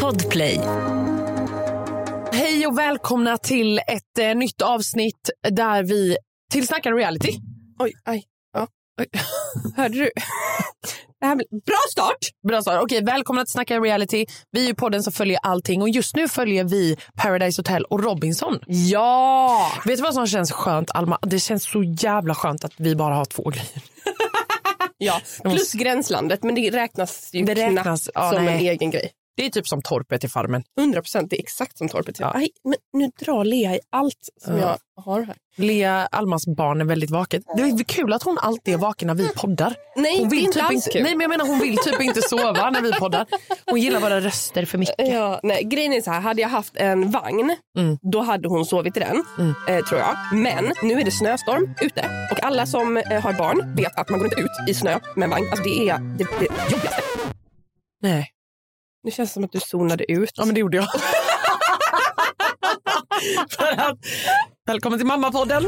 Podplay. Hej och välkomna till ett nytt avsnitt där vi tillsnackar reality. Oj. Hörde du? Bra start! Bra start. Okej, välkomna till Snacka reality. Vi är ju podden som följer allting och just nu följer vi Paradise Hotel och Robinson. Ja! Vet du vad som känns skönt, Alma? Det känns så jävla skönt att vi bara har 2 grejer. Ja, plus Gränslandet, men det räknas ju knappt som en egen grej. Det är typ som torpet i Farmen. 100%, det är exakt som torpet. Ja. Aj, men nu drar Lea i allt som jag har här. Lea, Almas barn, är väldigt vaken. Det är kul att hon alltid är vaken när vi poddar. Nej, hon vill det är inte typ alls kul. Nej, men jag menar hon vill typ inte sova när vi poddar. Hon gillar våra röster för mycket. Ja, nej, grejen är så här, hade jag haft en vagn, då hade hon sovit i den, tror jag. Men nu är det snöstorm ute och alla som har barn vet att man går inte ut i snö med en vagn. Alltså det är det jobbigaste. Nej. Nu känns det som att du zonade ut. Ja, men det gjorde jag. Välkommen till Mammapodden.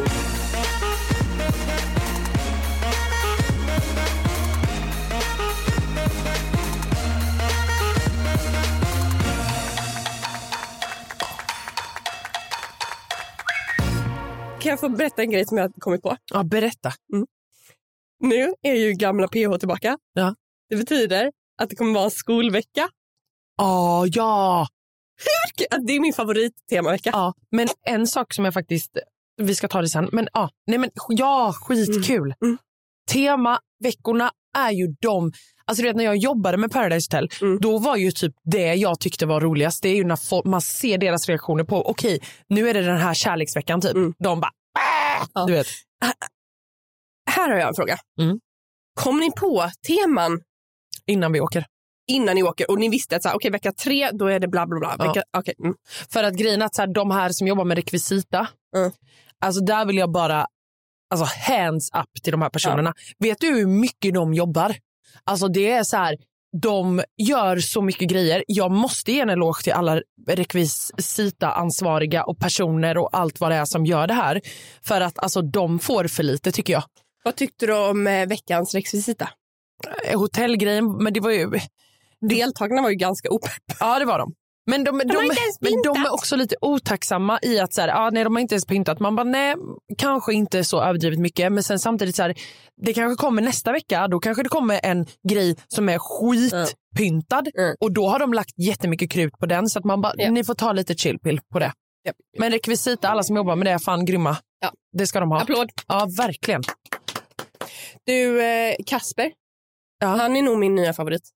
Kan jag få berätta en grej som jag kommit på? Ja, berätta. Nu är ju gamla PH tillbaka. Ja. Det betyder att det kommer vara en skolvecka. Ja. Det är min favoritttemavecka. Ja, men en sak som jag faktiskt, vi ska ta det sen, men skitkul. Temaveckorna är ju alltså du vet, när jag jobbade med Paradise Hotel, då var ju typ det jag tyckte var roligast, det är ju när man ser deras reaktioner på, okej, nu är det den här kärleksveckan typ. De bara, du vet. Här har jag en fråga. Kom ni på teman Innan vi åker. Innan ni åker och ni visste att så här, okej, vecka 3 då är det bla bla bla. För att grejen att så här, de här som jobbar med rekvisita, alltså där vill jag bara hands up till de här personerna. Vet du hur mycket de jobbar? Alltså det är så här, de gör så mycket grejer. Jag måste ge en eloge till alla rekvisita ansvariga och personer och allt vad det är som gör det här. För att alltså de får för lite, tycker jag. Vad tyckte du om veckans rekvisita? Hotellgrejen, men det var ju... Deltagarna var ju ganska opepp. Ja, det var de. Men de är också lite otacksamma i att så här, nej, de har inte ens pyntat. Man bara, nej, kanske inte så överdrivet mycket. Men sen samtidigt så här, det kanske kommer nästa vecka. Då kanske det kommer en grej som är skitpyntad. Och då har de lagt jättemycket krut på den. Så att man bara, ni får ta lite chillpill på det. Men rekvisita, alla som jobbar med det är fan grymma. Ja. Det ska de ha. Applåd. Ja, verkligen. Du, Kasper. Ja. Han är nog min nya favorit.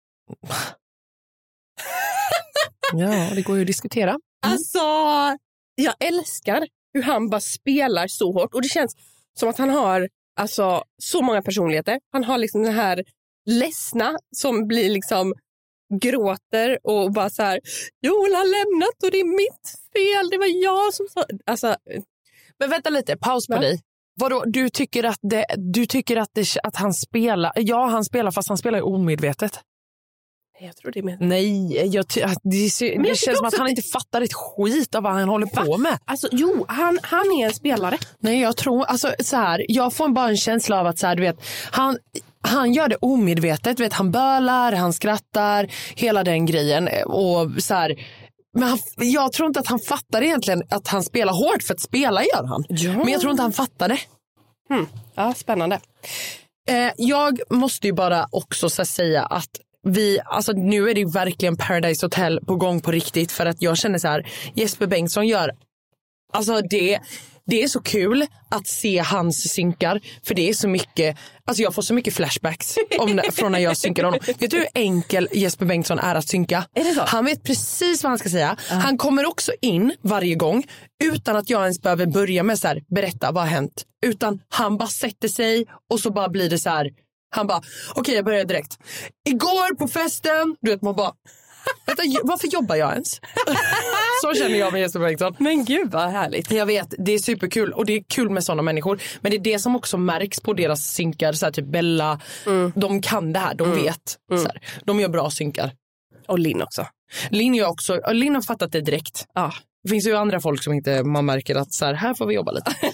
Ja, det går ju att diskutera. Alltså, jag älskar hur han bara spelar så hårt. Och det känns som att han har så många personligheter. Han har liksom den här ledsna som blir liksom gråter och bara så här, Joel har lämnat och det är mitt fel. Det var jag som sa... Alltså, men vänta lite, paus på dig. Vadå, du tycker att han spelar... Ja, han spelar fast han spelar omedvetet. Jag tror det är med. Nej, det känns som att han inte fattar ett skit av vad han håller på med. Alltså, jo, han är en spelare. Nej, jag tror, så här, jag får bara en känsla av att så här, du vet, han gör det omedvetet, vet, han bölar, han skrattar, hela den grejen och så här. Men jag tror inte att han fattar egentligen att han spelar hårt, för att spela gör han. Ja. Men jag tror inte han fattar det. Ja, spännande. Jag måste ju bara också så säga att nu är det verkligen Paradise Hotel på gång på riktigt, för att jag känner så här, Jesper Bengtsson gör, alltså det är så kul att se hans synkar, för det är så mycket, alltså jag får så mycket flashbacks från när jag synkar honom. Vet du hur enkel Jesper Bengtsson är att synka? Är det så? Han vet precis vad han ska säga. Han kommer också in varje gång utan att jag ens behöver börja med så här, berätta vad har hänt, utan han bara sätter sig och så bara blir det så här. Han bara, okej, jag börjar direkt. Igår på festen, du vet, man bara, vänta, varför jobbar jag ens? Så känner jag med Jesper Bengtsson. Men gud vad härligt. Jag vet, det är superkul och det är kul med sådana människor. Men det är det som också märks på deras synkar, så här, typ Bella, de kan det här, de vet. Så här, de gör bra synkar. Och Linn också. Linn har fattat det direkt. Ja. Det finns ju andra folk som inte man märker att så här får vi jobba lite.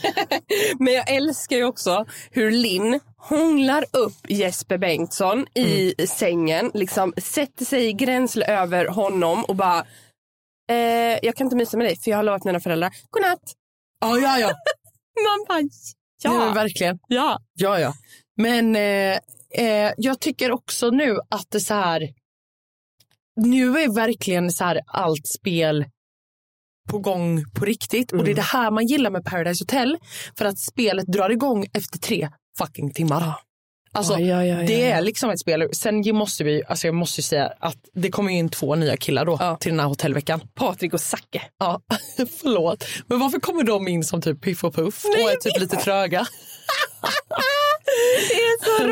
Men jag älskar ju också hur Linn hånglar upp Jesper Bengtsson i sängen. Liksom sätter sig gränsle över honom och bara... jag kan inte mysa med dig för jag har lovat mina föräldrar. Godnatt! Ja. Man bara, ja. Nej, men verkligen. Ja. Men jag tycker också nu att det så här... Nu är verkligen så här allt spel på gång på riktigt. Och det är det här man gillar med Paradise Hotel. För att spelet drar igång efter 3 fucking timmar. Alltså, det är liksom ett spel. Sen måste vi, alltså jag måste säga att det kommer in 2 nya killar då till den här hotellveckan. Patrik och Zacke. Ja, förlåt. Men varför kommer de in som typ Piff och Puff och är typ lite tröga? Det är så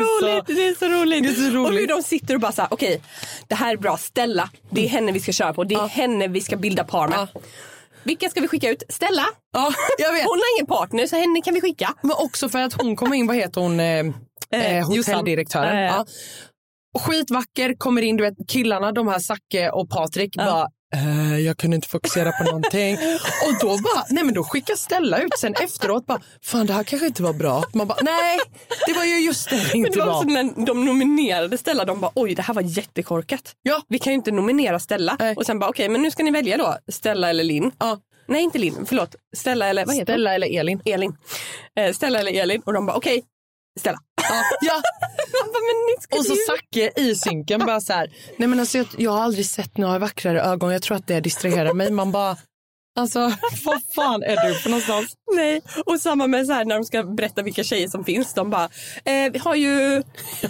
roligt. Och hur de sitter och bara så här, okej, det här är bra, Stella. Det är henne vi ska köra på. Det är henne vi ska bilda par med. Vilka ska vi skicka ut? Stella. Ja, jag vet. Hon har ingen partner så henne kan vi skicka. Men också för att hon kommer in, vad heter hon? Hotelldirektören. Ja. Och skitvacker, kommer in, du vet, killarna, de här Zacke och Patrik bara, jag kunde inte fokusera på någonting. Och då bara, nej men då skickar Stella ut sen efteråt bara, fan det här kanske inte var bra. Man bara, nej, det var ju just det inte det var bra. när de nominerade Stella, de bara, oj det här var jättekorkat. Ja. Vi kan ju inte nominera Stella. Nej. Och sen bara, okej, men nu ska ni välja då, Stella eller Linn. Ja. Nej, inte Linn, förlåt. Stella eller, vad heter Stella eller Elin. Stella eller Elin. Och de bara, okej, Stella. Ja. Och så Zacke i synken bara så här, nej men alltså jag har aldrig sett några vackrare ögon, jag tror att det distraherar mig. Man bara, alltså vad fan är du på någonstans? Nej, och samma med så här när de ska berätta vilka tjejer som finns, de bara, vi har ju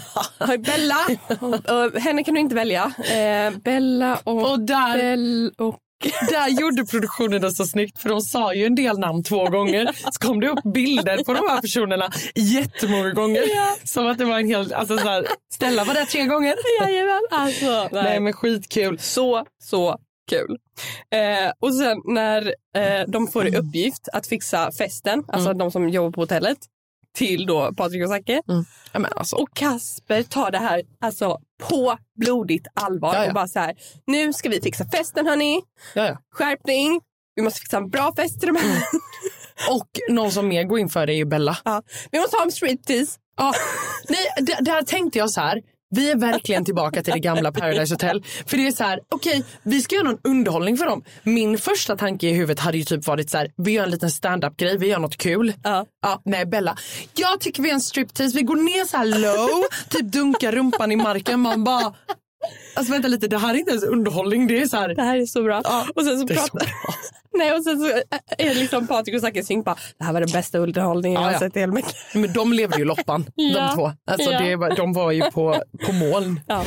Bella, och henne kan du inte välja. Bella och där och där gjorde produktionen det så snyggt, för de sa ju en del namn 2 gånger. Så kom det upp bilder på de här personerna jättemånga gånger. Ja. Som att det var en hel, alltså så här, Stella var där 3 gånger. Jajamän. Alltså, nej men skitkul. Så kul. Och sen när de får i uppgift att fixa festen, alltså de som jobbar på hotellet, till då Patrik och Zacke. Ja, men alltså. Och Kasper tar det här alltså på blodigt allvar och bara så här, nu ska vi fixa festen hörni. Skärpning. Vi måste fixa en bra fest till de här. Och någon som mer går in för det är ju Bella. Ja. Vi måste ha en striptease. Ja. Nej, där tänkte jag så här. Vi är verkligen tillbaka till det gamla Paradise Hotel. För det är så här, okej, vi ska göra någon underhållning för dem. Min första tanke i huvudet hade ju typ varit så här, vi gör en liten stand-up-grej, vi gör något kul. Nej, Bella. Jag tycker vi är en striptease, vi går ner så här low, typ dunkar rumpan i marken, man bara... Alltså vänta lite, det här är inte ens underhållning, det är så här... Det här är så bra. Ja, och sen så pratar... Nej, och sen så är det liksom Patrik och Zacke synk bara, det här var den bästa underhållningen jag har sett i hela mycket. Men de levde ju loppan, de 2. Alltså de var ju på moln. Ja.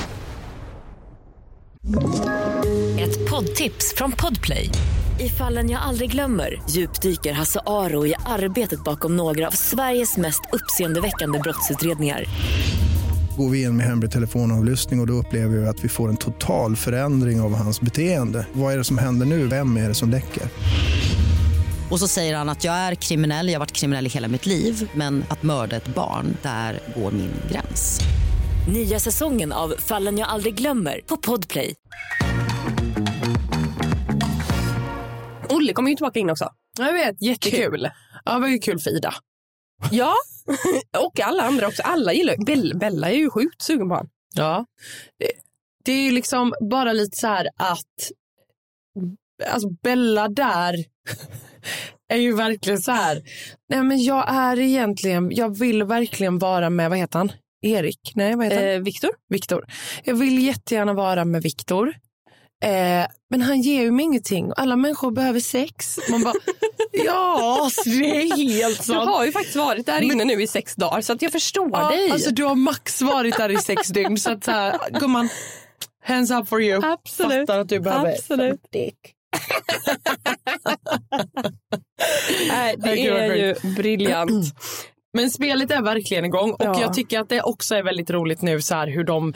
Ett poddtips från Podplay. I Fallen jag aldrig glömmer djupdyker Hasse Aro i arbetet bakom några av Sveriges mest uppseendeväckande brottsutredningar. Går vi in med hemlig telefonavlyssning och då upplever vi att vi får en total förändring av hans beteende. Vad är det som händer nu? Vem är det som läcker? Och så säger han att jag är kriminell, jag har varit kriminell i hela mitt liv. Men att mörda ett barn, där går min gräns. Nya säsongen av Fallen jag aldrig glömmer på Podplay. Olle kommer ju tillbaka in också. Jag vet, jättekul. Ja, det var ju kul för Ida. Ja, och alla andra också. Alla gillar Bella är ju sjukt sugen på han. Ja, det är ju liksom bara lite så här att alltså Bella där är ju verkligen så här. Nej men jag vill verkligen vara med, vad heter han? Erik? Nej, vad heter han? Viktor. Jag vill jättegärna vara med Viktor. Men han ger ju mig ingenting. Alla människor behöver sex. Man bara, ja, det är helt sant. Du har ju faktiskt varit där inne nu i 6 dagar, så att jag förstår dig. Alltså du har max varit där i 6 dygn. Så att så här, gumman, hands up for you. Absolut. Fattar att du behöver. Absolut. Nej, det är ju briljant. Men spelet är verkligen igång. Och jag tycker att det också är väldigt roligt nu så här hur de...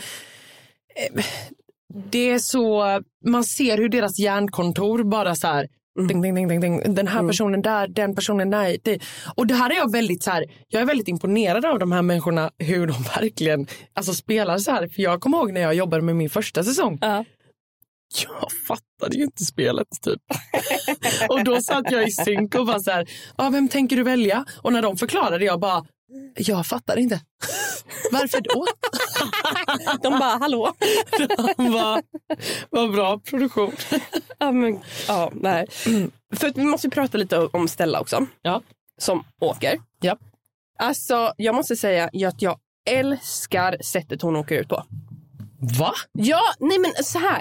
Det är så, man ser hur deras hjärnkontor bara så här, ding, ding, ding, ding, ding. Den här personen där, den personen där. Och det här är jag väldigt så här, jag är väldigt imponerad av de här människorna, hur de verkligen alltså spelar så här. För jag kommer ihåg när jag jobbade med min första säsong. jag fattade ju inte spelet typ. Och då satt jag i synk och bara så här, vem tänker du välja? Och när de förklarade jag bara, jag fattar inte. Varför då? De bara, hallå? De bara, vad bra produktion. Nej. För att vi måste prata lite om Stella också. Ja. Som åker. Ja. Alltså, jag måste säga att jag älskar sättet hon åker ut på. Va? Ja, nej men så här.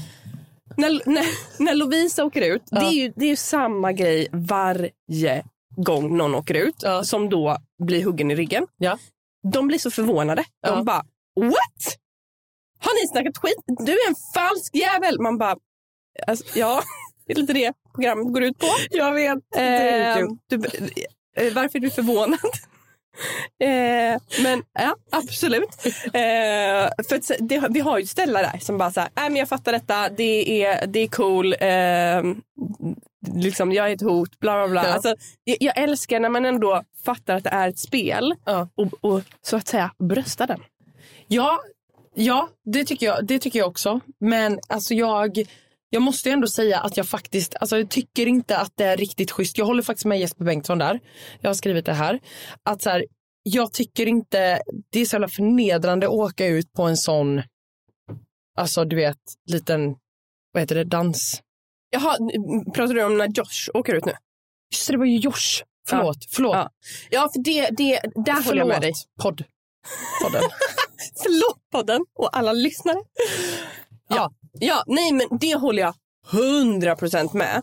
När Lovisa åker ut, det är ju samma grej varje gång någon åker ut som då blir huggen i ryggen. Ja. De blir så förvånade. De bara, what? Har ni snackat skit? Du är en falsk jävel. Man bara, alltså, ja, det är lite det programmet går ut på. Jag vet. Varför är du förvånad? Men ja, absolut. För att vi har ju Stella där som bara så här, men jag fattar detta, det är cool, liksom jag är ett hot, bla bla bla. Alltså, jag älskar när man ändå fattar att det är ett spel och så att säga bröstar den. Ja, det tycker jag också. Men alltså jag måste ändå säga att jag faktiskt, alltså jag tycker inte att det är riktigt schysst. Jag håller faktiskt med Jesper Bengtsson där. Jag har skrivit det här. Att så här, jag tycker inte, det är så jävla förnedrande att åka ut på en sån, alltså du vet, liten, vad heter det, dans. Jaha, pratar du om när Josh åker ut nu? Just det var ju Josh. Förlåt. Ja, för där håller jag med dig. Podden. Förlåt podden och alla lyssnare. Ja, nej men det håller jag 100% med.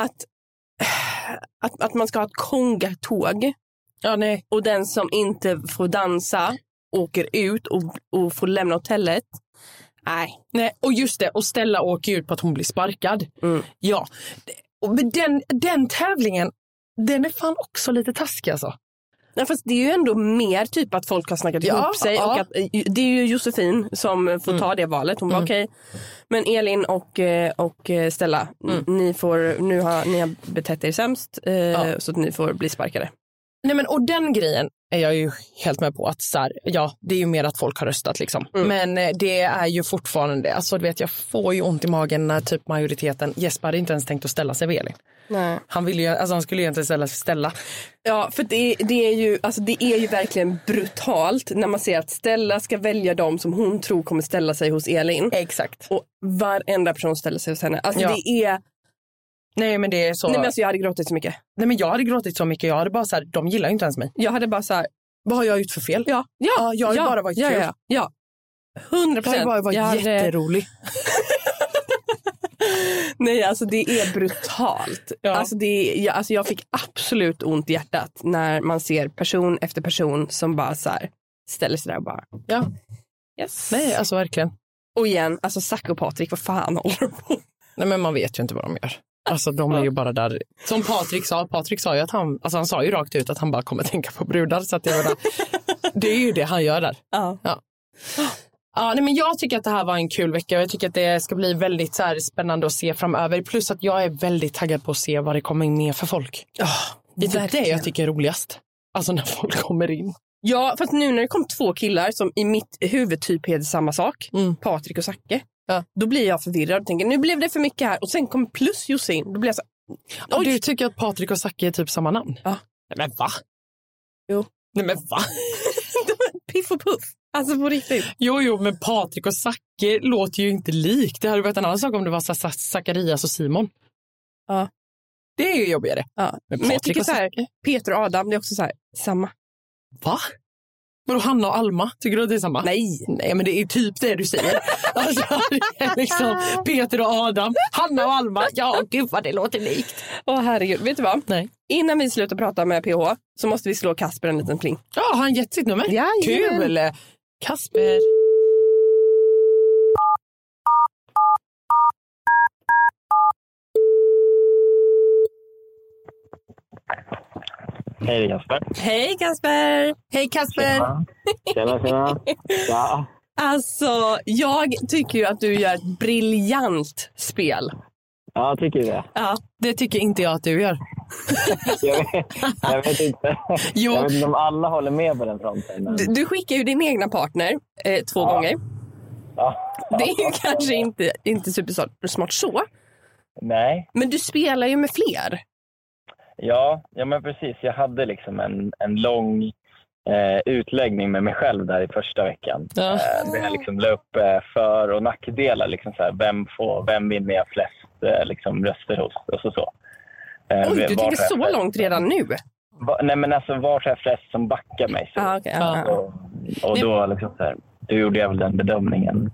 Att man ska ha ett kongatåg. Ja, nej. Och den som inte får dansa åker ut och får lämna hotellet. Nej, och just det, och Stella åker ut på att hon blir sparkad. Ja, men den tävlingen, den är fan också lite taskig alltså. Nej, fast det är ju ändå mer typ att folk har snackat ihop sig. Och att, det är ju Josefin som får ta det valet. Hon var okej. Men Elin och Stella, ni har betett er sämst så att ni får bli sparkade. Nej, men och den grejen är jag ju helt med på att så här, det är ju mer att folk har röstat liksom. Men det är ju fortfarande, alltså du vet, jag får ju ont i magen när typ majoriteten, Jesper hade inte ens tänkt att ställa sig vid Elin. Nej. Han skulle ju inte ställa. Ja, för det är ju verkligen brutalt när man ser att Stella ska välja dem som hon tror kommer ställa sig hos Elin. Exakt. Och varenda person ställer sig hos henne. Alltså det är... Nej, men det är så... Nej, men alltså jag hade gråtit så mycket. Nej, men jag hade gråtit så mycket. Jag hade bara så här, de gillar ju inte ens mig. Jag hade bara så här... Vad har jag gjort för fel? Ja, jag har bara varit kul. Ja. 100%. Jag har bara varit jätterolig. Nej, alltså det är brutalt. Alltså jag fick absolut ont i hjärtat när man ser person efter person som bara så här ställer sig där och bara... Ja. Yes. Nej, alltså verkligen. Och igen, alltså Zack och Patrik, vad fan håller de på? Nej, men man vet ju inte vad de gör. Alltså de är ju bara där. Som Patrik sa ju att han sa ju rakt ut att han bara kommer tänka på brudar. Så att det är ju det han gör där. Ja, nej, men jag tycker att det här var en kul vecka och jag tycker att det ska bli väldigt så här spännande att se framöver. Plus att jag är väldigt taggad på att se vad det kommer in med för folk. Det är det jag tycker är roligast. Alltså när folk kommer in. Ja, fast nu när det kom 2 killar som i mitt huvud typ heter samma sak. Patrik och Zacke. Då blir jag förvirrad och tänker, nu blev det för mycket här. Och sen kommer plus Josefin. Då blir jag så... Och du tycker att Patrik och Zacke är typ samma namn? Ja. Nej, men va? Jo. Nej, men va? Piff och Puff. Alltså på riktigt. Jo, men Patrik och Zacke låter ju inte likt. Det hade varit en annan sak om det var Zacharias och Simon. Ja. Det är ju jobbigare. Ja. Men jag tycker så här, Peter och Adam, det är också så här, samma. Va? Men Hanna och Alma, tycker du att det är samma? Nej, men det är typ det du säger. Alltså, det är liksom Peter och Adam, Hanna och Alma. Ja, gud vad det låter likt. Åh herregud, vet du vad? Nej. Innan vi slutar prata med PH så måste vi slå Kasper en liten pling. Ja, har han gett sitt nummer? Ja, kul! Kasper. Hej Kasper. Hej Kasper. Hej Kasper. Tjena. Ja. Alltså, jag tycker ju att du gör ett briljant spel. Ja, tycker du det? Ja. Det tycker inte jag att du gör. jag vet inte. Jo. Jag vet inte om alla håller med på den fronten. Men... Du skickar ju din egna partner 2 gånger. Det är ju kanske inte supersmart så. Nej. Men du spelar ju med fler. Ja, men precis. Jag hade liksom en lång utläggning med mig själv där i första veckan. Ja. Där jag liksom la upp för- och nackdelar. Liksom så här, vem vinner jag flest liksom, röster hos? Och så. Oj, du tänker så långt redan nu? Nej, men alltså vart är flest som backar mig? Så. Okay. Och då liksom så här, då gjorde jag väl den bedömningen.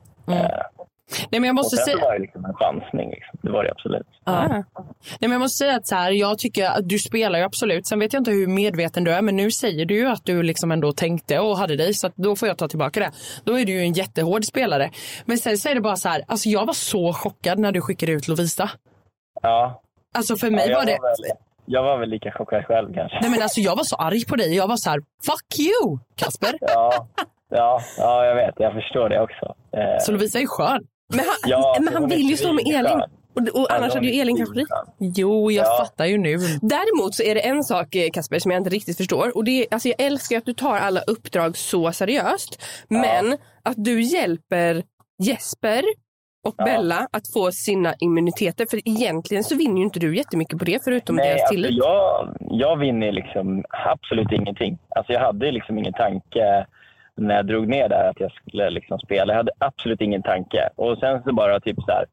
Nej, men jag måste säga... Det var ju liksom en chansning. Liksom. Det var det absolut. Nej, men jag måste säga att så här, jag tycker att du spelar ju absolut. Sen vet jag inte hur medveten du är, men nu säger du ju att du liksom ändå tänkte och hade dig, så att då får jag ta tillbaka det. Då är du ju en jättehård spelare. Men sen säger det bara så här, alltså jag var så chockad när du skickade ut Lovisa. Ja. Alltså för mig var det... Jag var väl lika chockad själv kanske. Nej, men alltså jag var så arg på dig. Jag var så här, fuck you, Kasper. Ja, jag vet. Jag förstår det också. Så Lovisa är ju skön. Men han vill ju stå med Elin. Och annars hade ju Elin kanske dit. Jo, jag fattar ju nu. Däremot så är det en sak, Kasper, som jag inte riktigt förstår. Och det är, alltså jag älskar att du tar alla uppdrag så seriöst. Men att du hjälper Jesper och Bella att få sina immuniteter. För egentligen så vinner ju inte du jättemycket på det, förutom deras tillit. Jag vinner liksom absolut ingenting. Alltså jag hade liksom ingen tanke när jag drog ner där att jag skulle liksom spela. Jag hade absolut ingen tanke. Och sen så bara typ så här,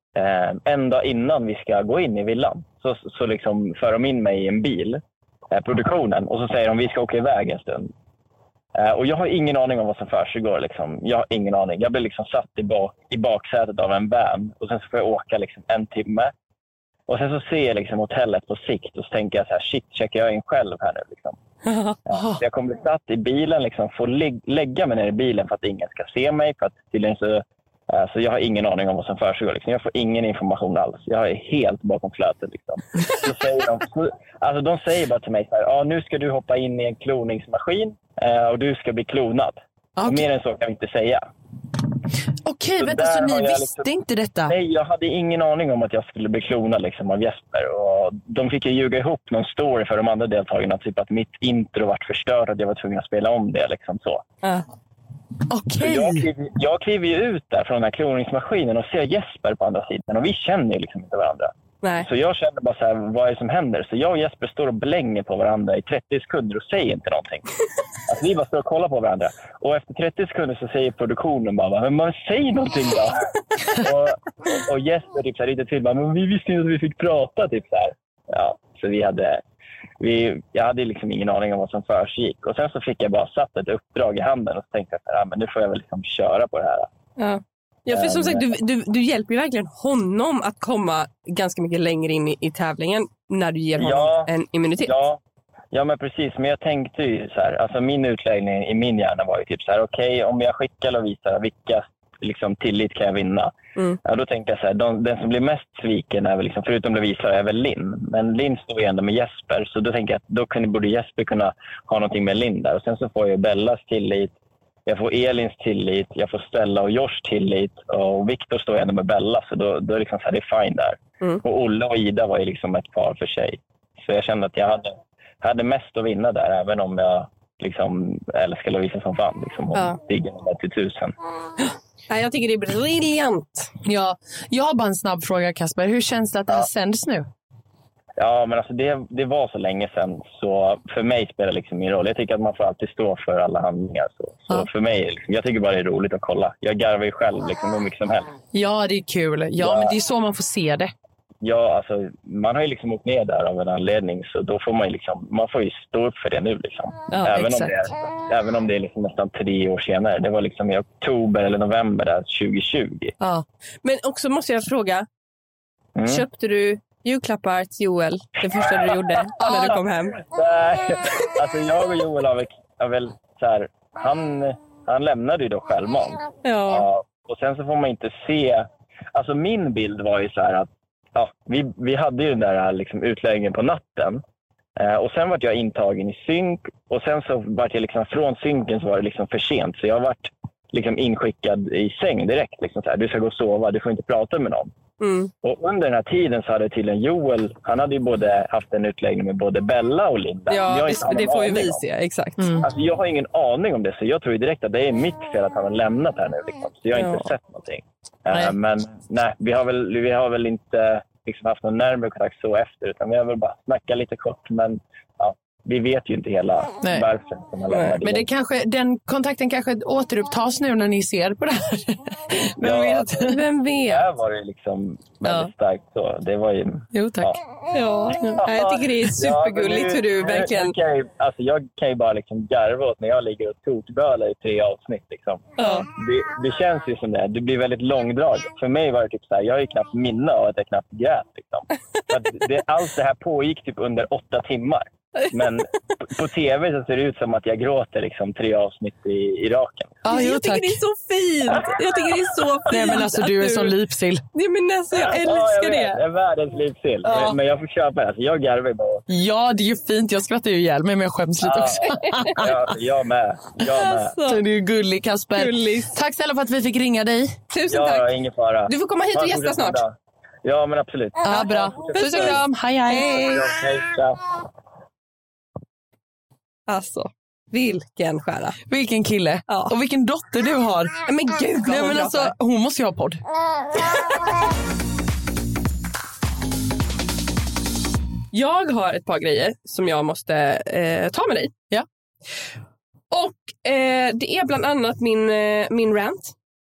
en dag innan vi ska gå in i villan så liksom för de in mig i en bil, produktionen, och så säger de vi ska åka iväg en stund. Och jag har ingen aning om vad som försiggår liksom. Jag har ingen aning. Jag blir liksom satt i baksätet av en van och sen så får jag åka liksom 1 timme. Och sen så ser jag liksom hotellet på sikt och så tänker jag så här, shit, checkar jag in själv här nu liksom. Så jag kommer bli satt i bilen liksom, får lägga mig ner i bilen för att ingen ska se mig, för att tydligen så jag har ingen aning om vad som försiggår liksom. Jag får ingen information alls. Jag är helt bakom flötet liksom. Så säger de säger bara till mig så här, nu ska du hoppa in i en kloningsmaskin och du ska bli klonad. Okay. Mer än så kan vi inte säga. Okej, vänta, så ni visste liksom inte detta? Nej, jag hade ingen aning om att jag skulle bli klonad liksom, av Jesper. Och de fick ju ljuga ihop någon story för de andra deltagarna. Typ att mitt intro var förstört, att jag var tvungen att spela om det. Liksom så. Okej. Jag kliver ju ut där från den här kloningsmaskinen och ser Jesper på andra sidan. Och vi känner ju liksom inte varandra. Nej. Så jag känner bara så här, vad är det som händer? Så jag och Jesper står och blänger på varandra i 30 sekunder och säger inte någonting. Alltså vi bara står och kollar på varandra. Och efter 30 sekunder så säger produktionen bara, men man säger någonting då. och Jesper typ så här, lite till bara, men vi visste inte att vi fick prata typ så här. Ja, så jag hade liksom ingen aning om vad som försiggick. Och sen så fick jag bara satt ett uppdrag i handen och så tänkte jag, men nu får jag väl liksom köra på det här. Ja, för som sagt, du hjälper ju verkligen honom att komma ganska mycket längre in i tävlingen när du ger honom en immunitet. Ja, men precis. Men jag tänkte ju så här, alltså min utläggning i min hjärna var ju typ så här, okej, om jag skickar Lovisa, vilka liksom tillit kan jag vinna? Ja, då tänkte jag så här, den som blir mest sviken är väl liksom, förutom Lovisa, är väl Linn. Men Linn står ju ändå med Jesper, så då tänker jag att då borde Jesper kunna ha någonting med Linn där. Och sen så får jag Bellas tillit. Jag får Elins tillit, jag får Stella och Josh tillit, och Viktor står ändå med Bella, så då är liksom så här, det är fine där. Och Olle och Ida var ju liksom ett par för sig. Så jag kände att jag hade mest att vinna där, även om jag liksom älskar Lovisa som fan liksom, och diggar med till 1000. Ja, jag tycker det är briljant. Ja, jag har bara en snabb fråga, Kasper. Hur känns det att det här sänds nu? Ja, men alltså det var så länge sedan, så för mig spelar det liksom ingen roll. Jag tycker att man får alltid stå för alla handlingar. Så för mig, liksom, jag tycker bara det är roligt att kolla. Jag garvar ju själv liksom hur mycket som helst. Ja, det är kul. Ja, men det är så man får se det. Ja, alltså man har ju liksom åkt ner där av en anledning, så då får man ju liksom, man får ju stå upp för det nu liksom. Ja, även om det är liksom nästan 3 år senare. Det var liksom i oktober eller november där 2020. Ja. Men också måste jag fråga, köpte du julklappar till Joel det första du gjorde när du kom hem? Nej, alltså jag och Joel har väl så här, han lämnade ju då självmant. Ja. Och sen så får man inte se, alltså min bild var ju så här att vi hade ju den där liksom utläggningen på natten. Och sen var jag intagen i synk, och sen så var jag liksom från synken, så var det liksom för sent, så jag var liksom inskickad i säng direkt liksom så här, du ska gå och sova, du får inte prata med någon. Och under den här tiden så hade tydligen Joel, han hade ju både haft en utläggning med både Bella och Linda. Ja, det får ju vi se, exakt. Alltså jag har ingen aning om det, så jag tror ju direkt att det är mitt fel att han har lämnat här nu. Liksom. Så jag har inte sett någonting. Men nej, vi har väl inte liksom haft någon närmare kontakt så efter, utan vi har väl bara snackat lite kort, men ja, vi vet ju inte hela varför som har lämnat. Men det kanske, den kontakten kanske återupptas nu när ni ser på det här. Vem vet? Det var ju liksom väldigt starkt så. Det var ju... Jo, tack. Ja, jag tycker det är supergulligt hur du verkligen... Jag kan ju bara liksom garva åt när jag ligger och tokbölar i 3 avsnitt. Liksom. Det känns ju som det blir väldigt långdrag. För mig var det typ så här, jag har ju knappt minne av att jag knappt grät. Liksom. Allt det här pågick typ under 8 timmar. Men på tv så ser det ut som att jag gråter liksom 3 avsnitt i raken. Jag tycker det är så fint. Jag tycker det är så fint. Nej, men alltså du är som lipsill. Nej, men alltså jag älskar det. Jag är världens lipsill. Men jag får köpa det. Alltså, jag garvar bara. Ja, det är ju fint. Jag skrattar ju ihjäl mig, men jag skäms lite också. Jag med. Alltså, du är gullig, Kasper. Gulligt. Tack snälla för att vi fick ringa dig. Tusen tack. Ingen fara. Du får komma hit och gästa snart. Ja, men absolut. Ja, bra. Puss och kram. Hej. Hej, ciao. Alltså, vilken stjärna. Vilken kille. Ja. Och vilken dotter du har. Men gud, nej, men alltså, hon måste ju ha podd. Jag har ett par grejer som jag måste ta med dig. Ja. Och det är bland annat min rant.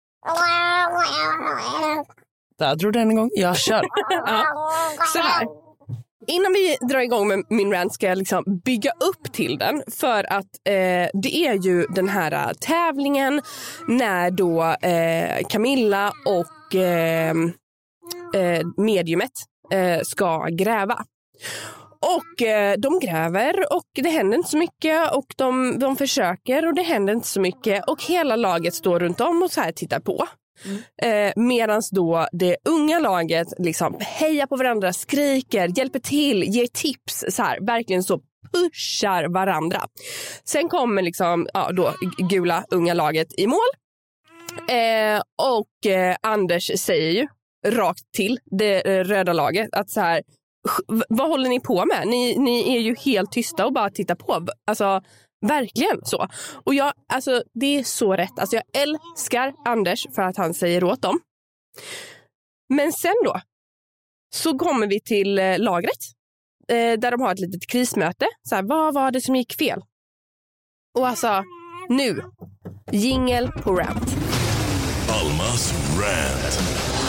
Där drog den en gång. Jag kör. Så här. Innan vi drar igång med min rant ska jag liksom bygga upp till den. För att det är ju den här tävlingen när då Camilla och mediumet ska gräva. Och de gräver och det händer inte så mycket och de försöker och det händer inte så mycket. Och hela laget står runt om och så här tittar på. Medans då det unga laget liksom hejar på varandra, skriker, hjälper till, ger tips, så här, verkligen så pushar varandra. Sen kommer liksom då gula unga laget i mål och Anders säger ju rakt till det röda laget att så här, vad håller ni på med? Ni är ju helt tysta och bara tittar på. Alltså verkligen så. Och alltså det är så rätt. Alltså jag älskar Anders för att han säger åt dem. Men sen då så kommer vi till lagret där de har ett litet krismöte. Så här, vad var det som gick fel? Och alltså nu jingle på rant. Almas rant.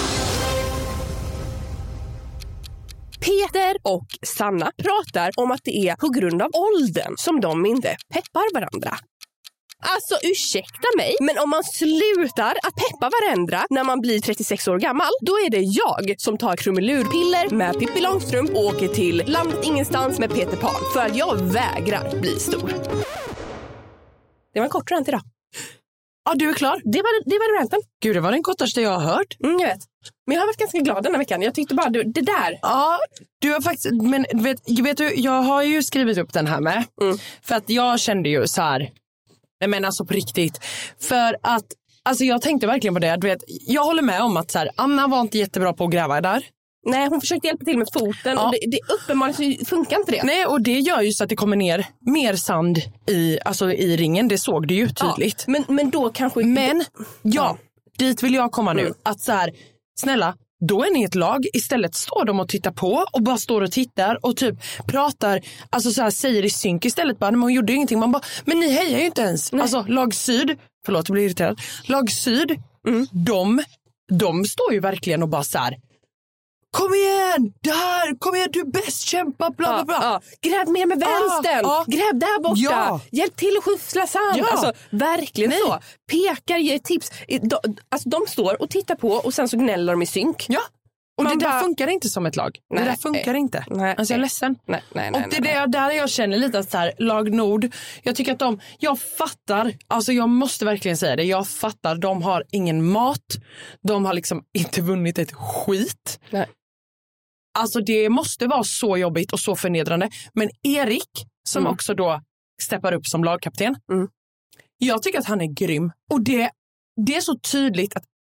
Peter och Sanna pratar om att det är på grund av åldern som de inte peppar varandra. Alltså ursäkta mig, men om man slutar att peppa varandra när man blir 36 år gammal, då är det jag som tar krumelurpiller med Pippi Långstrump och åker till landet ingenstans med Peter Pan. För att jag vägrar bli stor. Det var en kort rant idag. Ja, du är klar. Det var ranten. Gud, det var den kortaste jag har hört. Jag vet. Men jag har varit ganska glad den här veckan. Jag tyckte bara, det där. Ja, du har faktiskt... Men vet du, jag har ju skrivit upp den här med. För att jag kände ju så här... Nej, men alltså på riktigt. För att... Alltså jag tänkte verkligen på det. Du vet, jag håller med om att så här, Anna var inte jättebra på att gräva där. Nej, hon försökte hjälpa till med foten. Ja. Och det uppenbarligen funkar inte det. Nej, och det gör ju så att det kommer ner mer sand i ringen. Det såg du ju tydligt. Ja, men då kanske... Men, dit vill jag komma nu. Att så här, snälla, då är ni ett lag. Istället står de och tittar på och bara står och tittar och typ pratar, alltså så här säger i synk istället bara, men hon gjorde ingenting. Man bara, men ni hejar ju inte ens. Nej. Alltså lag syd, förlåt jag blir irriterad. Lag syd, de står ju verkligen och bara så här, kom igen, där, kom igen, du är bäst, kämpa, bla bla bla. Gräv mer med vänstern, gräv där borta, hjälp till att skyffla sand. Alltså verkligen så, pekar, ger tips. Alltså de står och tittar på och sen så gnäller de i synk. Ja, och det där funkar inte som ett lag. Det där funkar inte. Nej, alltså jag är ledsen. Nej, och det är där jag känner lite att så här, lag Nord, jag tycker att jag fattar, alltså jag måste verkligen säga det, jag fattar, de har ingen mat, de har liksom inte vunnit ett skit. Nej. Alltså det måste vara så jobbigt och så förnedrande. Men Erik, som också då steppar upp som lagkapten. Jag tycker att han är grym. Och det är så tydligt att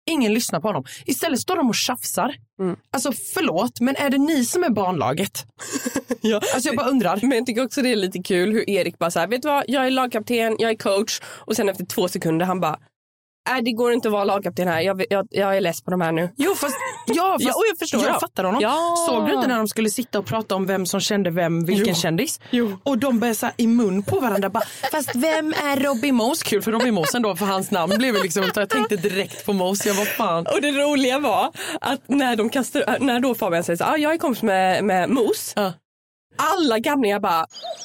ingen lyssnar på honom. Istället står de och tjafsar. Alltså förlåt, men är det ni som är barnlaget? Ja. Alltså jag bara undrar. Men jag tycker också det är lite kul hur Erik bara så här, vet du vad, jag är lagkapten, jag är coach. Och sen efter 2 sekunder han bara, det går inte att vara lagkapten här. Jag är less på de här nu. Jo, fast jag förstår. Jag fattar honom. Ja. Såg du inte när de skulle sitta och prata om vem som kände vilken kändis? Jo. Och de började så här i mun på varandra bara, fast vem är Robin Mos? Kul för Robin Mos ändå, för hans namn blev liksom, jag tänkte direkt på Mos. Jag var fan. Och det roliga var att när då Fabian säger så här, jag är kompis med Mos. Ja. Alla gamlingar bara.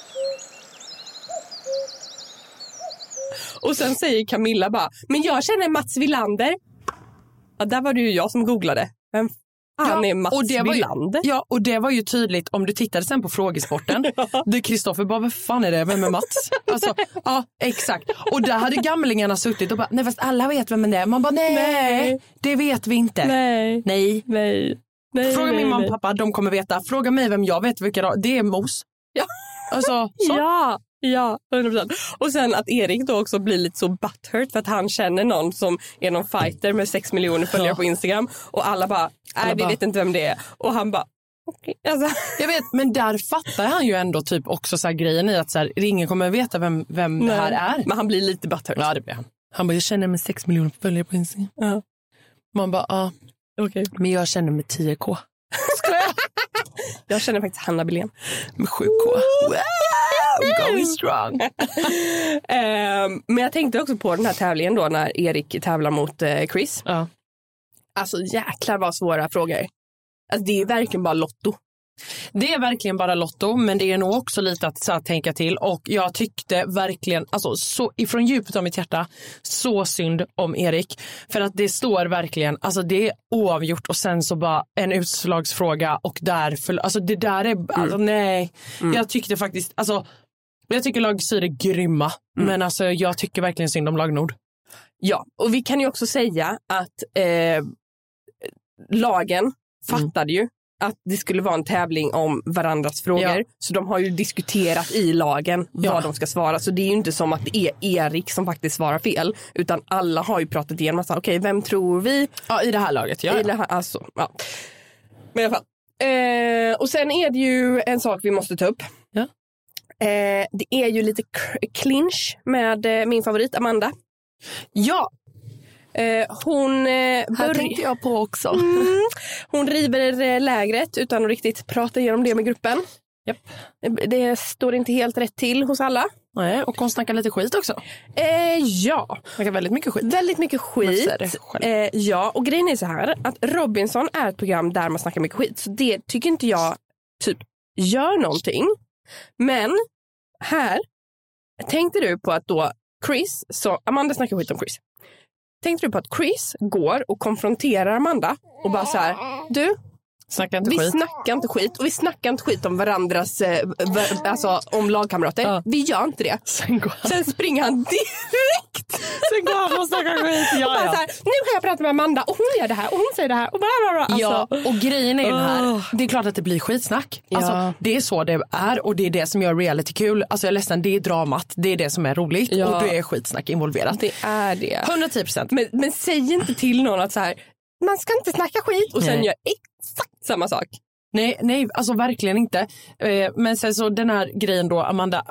Och sen säger Camilla bara, men jag känner Mats Wilander. Ja, där var det ju jag som googlade. Vem fan är Mats Wilander? Ja, och det var ju tydligt om du tittade sen på frågesporten. Du Kristoffer bara, vad fan är det? Vem är Mats? Alltså, ja, exakt. Och där hade gamlingarna suttit och bara, nej fast alla vet vem det är. Man bara, nej, det vet vi inte. Nej. Fråga min mamma och pappa, de kommer veta. Fråga mig vem jag vet vilka det är Mos. Ja. Alltså, så. Ja, 100%. Och sen att Erik då också blir lite så butthurt för att han känner någon som är någon fighter med 6 miljoner följare på Instagram. Och alla bara, vi vet inte vem det är. Och han bara, okej. Alltså. Jag vet, men där fattar han ju ändå typ också så här grejen i att så här, ingen kommer veta vem det här är. Men han blir lite butthurt. Ja, det blir han. Han bara, jag känner med 6 miljoner följare på Instagram. Ja. Man bara, okej. Men jag känner med 10K. Jag känner faktiskt Hanna Billén. Med 7K. Going strong. Men jag tänkte också på den här tävlingen då när Erik tävlar mot Chris. Ja. Alltså jäklar vad svåra frågor. Alltså det är verkligen bara lotto. Det är verkligen bara lotto, men det är nog också lite att så här, tänka till. Och jag tyckte verkligen, alltså så ifrån djupet av mitt hjärta, så synd om Erik. För att det står verkligen, alltså det är oavgjort och sen så bara en utslagsfråga och därför, alltså det där är, alltså nej. Jag tyckte faktiskt, alltså jag tycker lag Syd är grymma, men alltså jag tycker verkligen synd om lag Nord. Ja, och vi kan ju också säga att lagen fattade ju att det skulle vara en tävling om varandras frågor. Ja. Så de har ju diskuterat i lagen vad de ska svara. Så det är ju inte som att det är Erik som faktiskt svarar fel. Utan alla har ju pratat igenom. Okej, vem tror vi? Ja, i det här laget. Ja. I det här, alltså, ja. Men i alla fall. Och sen är det ju en sak vi måste ta upp. Ja. Det är ju lite clinch med min favorit Amanda. Ja. Hon här tänkte jag på också. Hon river lägret utan att riktigt prata igenom det med gruppen. Yep. Det står inte helt rätt till hos alla. Nej, och hon snackar lite skit också. Ja. Snackar väldigt mycket skit. Väldigt mycket skit. Ja, och grejen är så här att Robinson är ett program där man snackar mycket skit. Så det tycker inte jag typ gör någonting. Men här tänkte du på att då Chris, så Amanda snackar skit om Chris. Tänkte du på att Chris går och konfronterar Amanda och bara så här, du, snackar inte vi skit. snackar inte skit och vi snackar inte skit om varandras, alltså om lagkamrater. Ja. Vi gör inte det. Sen springer han direkt. Sen går han och snackar skit. Ja, och bara så här, nu har jag pratat med Amanda och hon gör det här och hon säger det här och bla bla bla. Alltså. Ja, och grejen är ju här. Det är klart att det blir skitsnack. Ja. Alltså, det är så det är och det är det som gör reality kul. Alltså jag är ledsen, det är dramat. Det är det som är roligt och det är skitsnack involverat. Det är det. 110%. Men säg inte till någon att så här, man ska inte snacka skit och sen gör exakt samma sak. Nej, alltså verkligen inte. Men sen så den här grejen då, Amanda,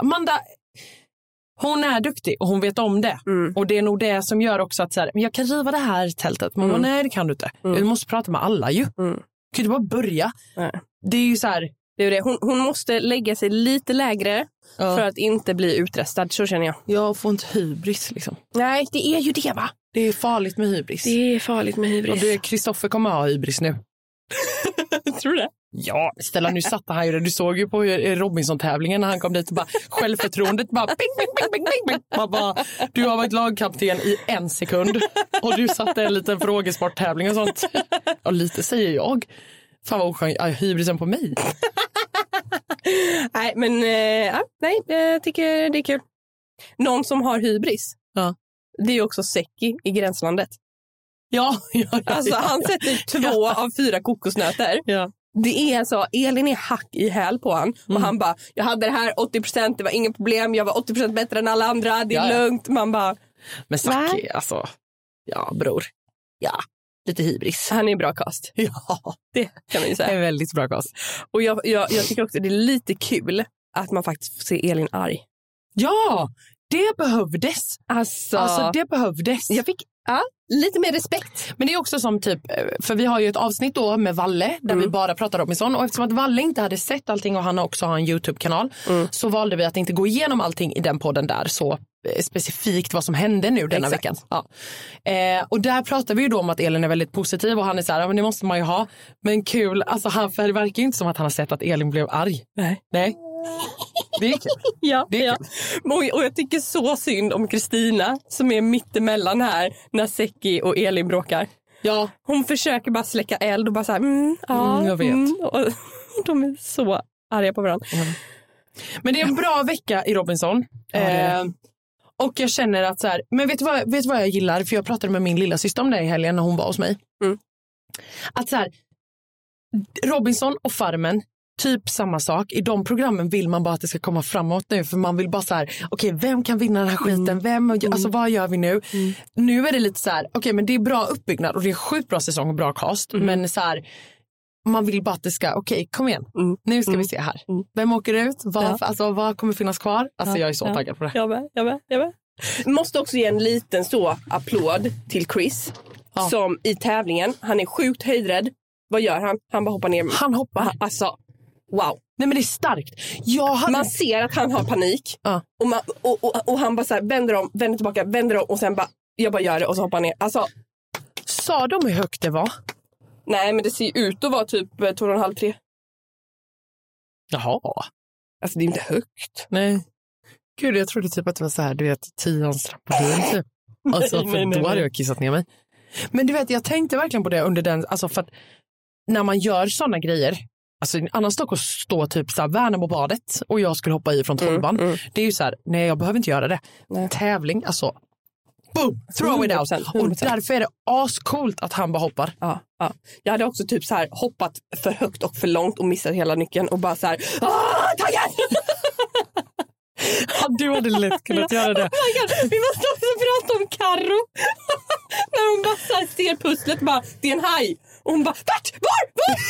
hon är duktig och hon vet om det. Och det är nog det som gör också att så här, men jag kan riva det här tältet. Men nej, det kan du inte. Du måste prata med alla ju. Du kan inte bara börja. Nej. Det är ju så här. Det är det. Hon måste lägga sig lite lägre för att inte bli utrestad, så känner jag. Jag får inte hybris liksom. Nej, det är ju det va? Det är farligt med hybris. Det är farligt med hybris. Och Kristoffer kommer ha hybris nu. Tror du det? Ja, Stella, nu satt han ju. Du såg ju på Robinson-tävlingen när han kom dit och bara självförtroendet bara bing, bing, bing, bing, bing. Man bara, du har varit lagkapten i 1 sekund och du satte en liten frågesporttävling och sånt. Och lite säger jag. Fan vad oskönt, hybrisen på mig. Nej, men nej, jag tycker det är kul. Någon som har hybris. Ja. Det är ju också Seki i Gränslandet. Ja. Alltså han sätter 2 av 4 kokosnötter. Ja. Det är så, Elin är hack i häl på han. Och han bara, jag hade det här 80%, det var inget problem. Jag var 80% bättre än alla andra, det är lugnt. Man bara, men Saki, alltså, ja bror. Ja. lite hybris. Han är en bra cast. Ja, det kan man ju säga. Det är väldigt bra cast. Och jag tycker också det är lite kul att man faktiskt får se Elin arg. Ja, det behövdes. Alltså det behövdes. Jag fick lite mer respekt. Men det är också som typ, för vi har ju ett avsnitt då med Valle där vi bara pratar Robinson, och eftersom att Valle inte hade sett allting och han också har en YouTube-kanal så valde vi att inte gå igenom allting i den podden där så specifikt vad som hände nu denna veckan. Ja. Och där pratar vi ju då om att Elin är väldigt positiv och han är så här, men det måste man ju ha. Men kul, alltså för det verkar ju inte som att han har sett att Elin blev arg. Nej. Det är kul. Ja. Och jag tycker så synd om Kristina som är mittemellan här när Seki och Elin bråkar. Ja. Hon försöker bara släcka eld och bara så här, jag vet. Och de är så arga på varandra. Men det är en bra vecka i Robinson. Och jag känner att så här, men vet du vad jag gillar? För jag pratade med min lilla syster om det i helgen när hon var hos mig. Att så här, Robinson och Farmen, typ samma sak. I de programmen vill man bara att det ska komma framåt nu. För man vill bara så här, okej, vem kan vinna den här skiten? Alltså vad gör vi nu? Nu är det lite så här, okej, men det är bra uppbyggnad och det är sjukt bra säsong och bra cast. Men så här, man vill bara att det ska, okej, kom igen. Nu ska vi se här. Vem åker ut? Vad kommer finnas kvar? Alltså jag är så taggad på det. Jag med. Måste också ge en liten så applåd till Chris. Som i tävlingen, han är sjukt höjdrädd. Vad gör han? Han bara hoppar ner. Han hoppar. Alltså, wow. Nej, men det är starkt. Man ser att han har panik. Och han bara så här, vänder tillbaka, vänder om och sen bara, jag bara gör det och så hoppar han ner. Alltså, sa de hur högt det var? Nej, men det ser ut att vara typ 2,5-3. Jaha. Alltså det är inte högt. Nej. Gud, jag trodde typ att det var så här, du vet, 10ans trampolin typ. Alltså, för då hade jag kissat ner mig. Men du vet, jag tänkte verkligen på det under den, alltså för att när man gör sådana grejer, alltså en annan sak att stå typ så här Värnamobadet och jag skulle hoppa i från 12:an. Det är ju så här, nej, jag behöver inte göra det. Nej. Tävling, alltså boom, throw it out. 100%. Och därför är det ascoolt att han bara hoppar. Ja. Jag hade också typ så här hoppat för högt och för långt och missat hela nyckeln och bara så här, taggad! Ja, du hade lätt kunnat göra det. Oh my God. Vi måste också prata om Karo. När hon bara så här ser pusslet, bara, det är en haj. Och hon bara, var?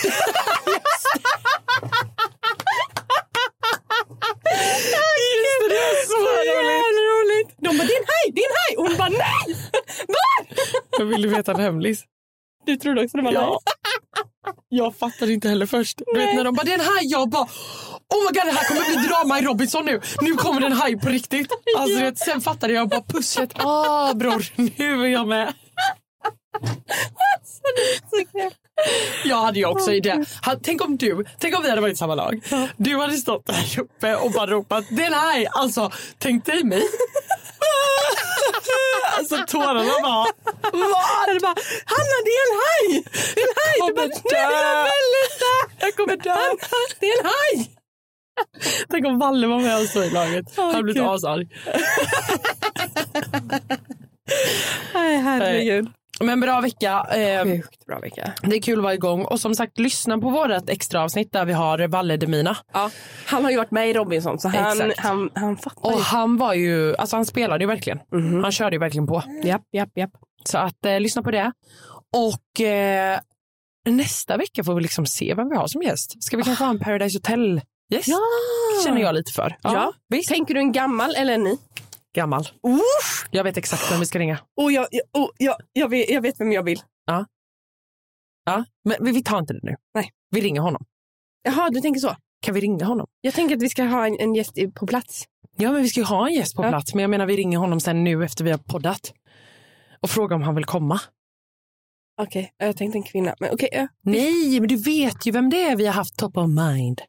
Just det, är så roligt. De bara, det är en haj. Och hon bara, nej! Var? Jag ville veta en hemlis. Du trodde också det var en haj? Jag fattade inte heller först. Du vet när de bara, det är en haj. Jag bara, oh my God, det här kommer bli drama i Robinson nu. Nu kommer det en haj på riktigt. Alltså vet, sen fattade jag bara pusslet. Bror, nu är jag med. Jag hade ju också idé. Tänk om vi hade varit i samma lag. Du hade stått där uppe och bara ropat, det är en haj. Alltså, tänk dig mig. Alltså tårarna bara, vad? Bara, Hanna, det är en haj. Det är en haj. Jag kommer dö. Hanna, det är en haj. Tänk om Valle var med oss i laget. Han blev asarg. Nej, herregud. Men bra vecka. Sjukt bra vecka. Det är kul att vara igång. Och som sagt, lyssna på vårt extra avsnitt där vi har Valle Demina. Ja, han har ju varit med i Robinson så han fattar. Och han var ju, alltså han spelade ju verkligen. Han körde ju verkligen på. Japp. Så att lyssna på det. Och nästa vecka får vi liksom se vem vi har som gäst. Ska vi kanske ha en Paradise Hotel gäst? Ja. Känner jag lite för. Ja. Visst. Tänker du en gammal eller en ny? Gammal. Jag vet exakt vem vi ska ringa. Och jag vet vem jag vill. Ja, men vi tar inte det nu. Nej. Vi ringer honom. Jaha, du tänker så? Kan vi ringa honom? Jag tänker att vi ska ha en gäst på plats. Ja, men vi ska ju ha en gäst på plats. Men jag menar, vi ringer honom sen nu efter vi har poddat. Och frågar om han vill komma. Okej, jag tänkte en kvinna. Men okej. Nej, men du vet ju vem det är vi har haft top of mind.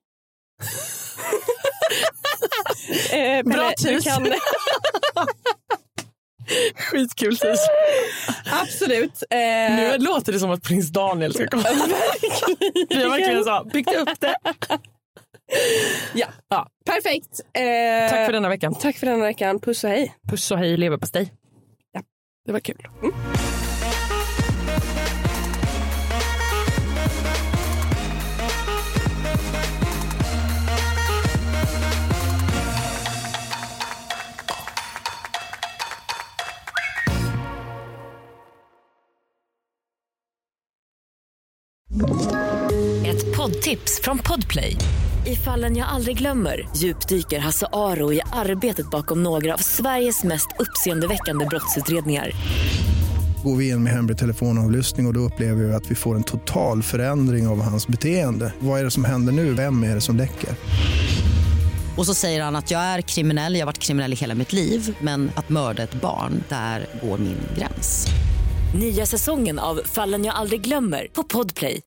Bra tis. Skitkul tis. Absolut. Nu låter det som att prins Daniel ska komma. Vi har verkligen så byggt upp det. Ja, perfekt. Tack för denna veckan. Tack för denna veckan. Puss och hej. Puss och hej, leverpastej. Ja, det var kul. Ett poddtips från Podplay. I Fallen jag aldrig glömmer djupdyker Hasse Aro i arbetet bakom några av Sveriges mest uppseendeväckande brottsutredningar. Går vi in med hemlig telefonavlyssning och då upplever vi att vi får en total förändring av hans beteende. Vad är det som händer nu? Vem är det som läcker? Och så säger han att jag är kriminell, jag har varit kriminell i hela mitt liv. Men att mörda ett barn, där går min gräns. Nya säsongen av Fallen jag aldrig glömmer på Podplay.